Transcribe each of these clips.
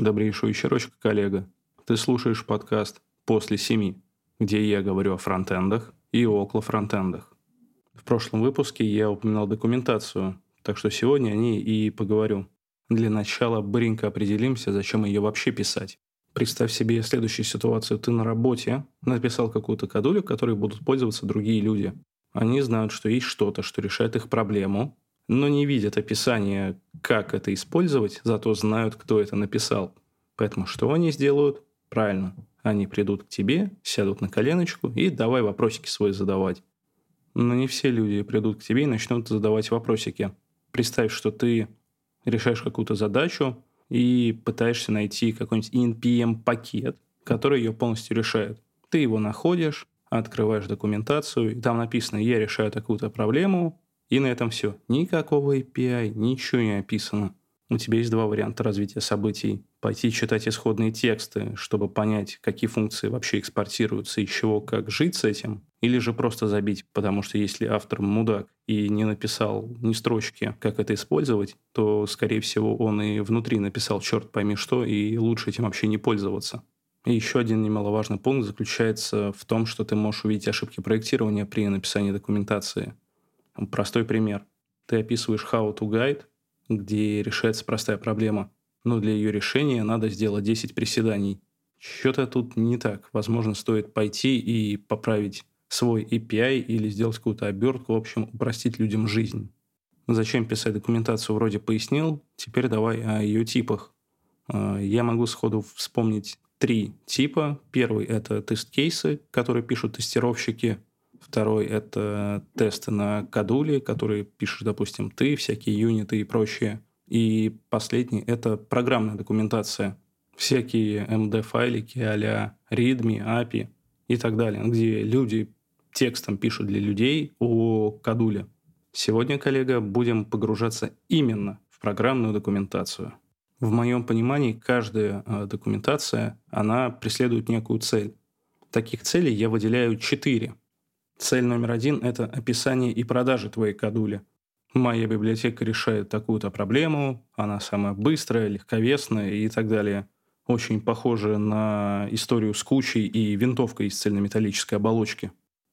Добрейшего вечерочка, коллега. Ты слушаешь подкаст «После 7», где я говорю о фронтендах и около фронтендах. В прошлом выпуске я упоминал документацию, так что сегодня о ней и поговорю. Для начала быренько определимся, зачем ее вообще писать. Представь себе следующую ситуацию. Ты на работе написал какую-то кодулю, которой будут пользоваться другие люди. Они знают, что есть что-то, что решает их проблему, но не видят описания, как это использовать, зато знают, кто это написал. Поэтому что они сделают? Правильно. Они придут к тебе, сядут на коленочку и давай вопросики свои задавать. Но не все люди придут к тебе и начнут задавать вопросики. Представь, что ты решаешь какую-то задачу и пытаешься найти какой-нибудь NPM-пакет, который ее полностью решает. Ты его находишь, открываешь документацию, и там написано «Я решаю такую-то проблему», и на этом все. Никакого API, ничего не описано. У тебя есть два варианта развития событий. Пойти читать исходные тексты, чтобы понять, какие функции вообще экспортируются и чего, как жить с этим. Или же просто забить, потому что если автор мудак и не написал ни строчки, как это использовать, то, скорее всего, он и внутри написал черт пойми что, и лучше этим вообще не пользоваться. И еще один немаловажный пункт заключается в том, что ты можешь увидеть ошибки проектирования при написании документации. Простой пример. Ты описываешь how to guide, где решается простая проблема, но для ее решения надо сделать 10 приседаний. Что-то тут не так. Возможно, стоит пойти и поправить свой API или сделать какую-то обертку, в общем, упростить людям жизнь. Зачем писать документацию, вроде пояснил, теперь давай о ее типах. Я могу сходу вспомнить 3 типа. Первый – это тест-кейсы, которые пишут тестировщики. Второй – это тесты на кодуле, которые пишешь, допустим, ты, всякие юниты и прочее. И последний – это программная документация. Всякие MD-файлики а-ля README, API и так далее, где люди текстом пишут для людей о кодуле. Сегодня, коллега, будем погружаться именно в программную документацию. В моем понимании, каждая документация, она преследует некую цель. Таких целей я выделяю 4. Цель номер 1 – это описание и продажа твоей кодули. Моя библиотека решает такую-то проблему, она самая быстрая, легковесная и так далее. Очень похожа на историю с кучей и винтовкой из цельнометаллической оболочки.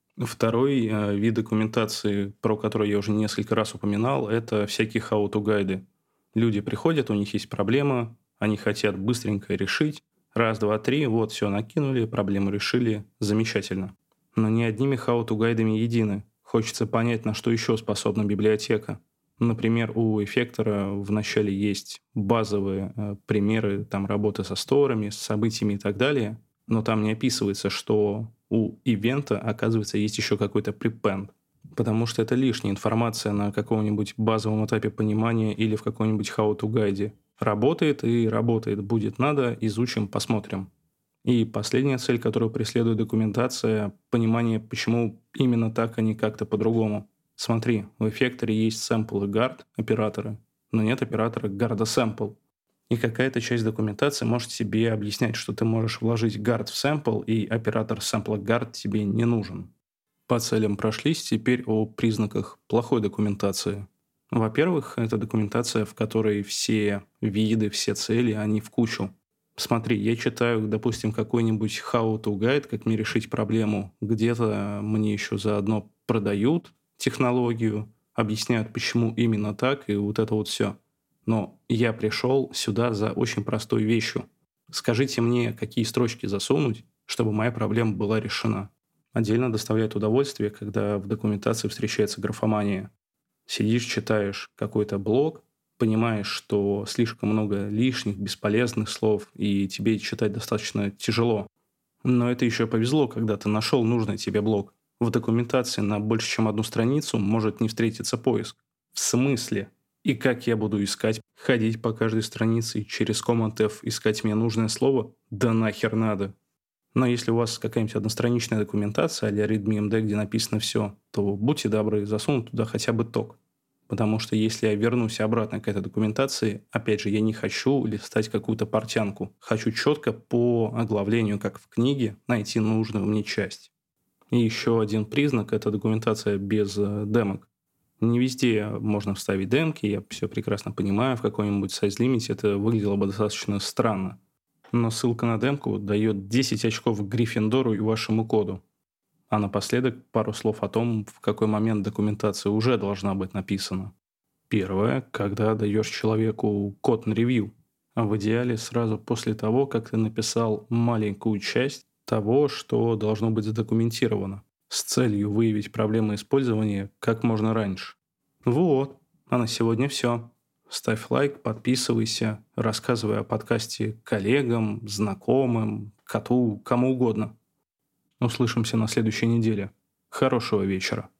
Второй вид документации, про который я уже несколько раз упоминал, это всякие how-to-гайды. Люди приходят, у них есть проблема, они хотят быстренько решить. Раз, два, три, вот все, накинули, проблему решили, замечательно. Но не одними how-to-гайдами едины. Хочется понять, на что еще способна библиотека. Например, у эффектора в начале есть базовые примеры там, работы со сторами, с событиями и так далее, но там не описывается, что у ивента, оказывается, есть еще какой-то prepend. Потому что это лишняя информация на каком-нибудь базовом этапе понимания или в каком-нибудь how-to-гайде. Работает и работает. Будет надо, изучим, посмотрим. И последняя цель, которую преследует документация – понимание, почему именно так, а не как-то по-другому. Смотри, в эффекторе есть sample и guard операторы, но нет оператора guard sample. И какая-то часть документации может тебе объяснять, что ты можешь вложить guard в sample, и оператор sample guard тебе не нужен. По целям прошлись, теперь о признаках плохой документации. Во-первых, это документация, в которой все виды, все цели, они в кучу. Смотри, я читаю, допустим, какой-нибудь how-to-guide, как мне решить проблему. Где-то мне еще заодно продают технологию, объясняют, почему именно так, и вот это вот все. Но я пришел сюда за очень простой вещью. Скажите мне, какие строчки засунуть, чтобы моя проблема была решена. Отдельно доставляет удовольствие, когда в документации встречается графомания. Сидишь, читаешь какой-то блог, понимаешь, что слишком много лишних, бесполезных слов, и тебе читать достаточно тяжело. Но это еще повезло, когда ты нашел нужный тебе блок. В документации на больше, чем одну страницу может не встретиться поиск. В смысле? И как я буду искать? Ходить по каждой странице и через Command-F искать мне нужное слово? Да нахер надо. Но если у вас какая-нибудь одностраничная документация а-ля README-MD, где написано все, то будьте добры, засунуть туда хотя бы ток. Потому что если я вернусь обратно к этой документации, опять же, я не хочу листать какую-то портянку. Хочу четко по оглавлению, как в книге, найти нужную мне часть. И еще один признак – это документация без демок. Не везде можно вставить демки, я все прекрасно понимаю, в каком-нибудь сайз-лимите это выглядело бы достаточно странно. Но ссылка на демку дает 10 очков Гриффиндору и вашему коду. А напоследок пару слов о том, в какой момент документация уже должна быть написана. Первое, когда даешь человеку код на ревью. А в идеале сразу после того, как ты написал маленькую часть того, что должно быть задокументировано, с целью выявить проблемы использования как можно раньше. Вот, а на сегодня все. Ставь лайк, подписывайся, рассказывай о подкасте коллегам, знакомым, коту, кому угодно. Услышимся на следующей неделе. Хорошего вечера.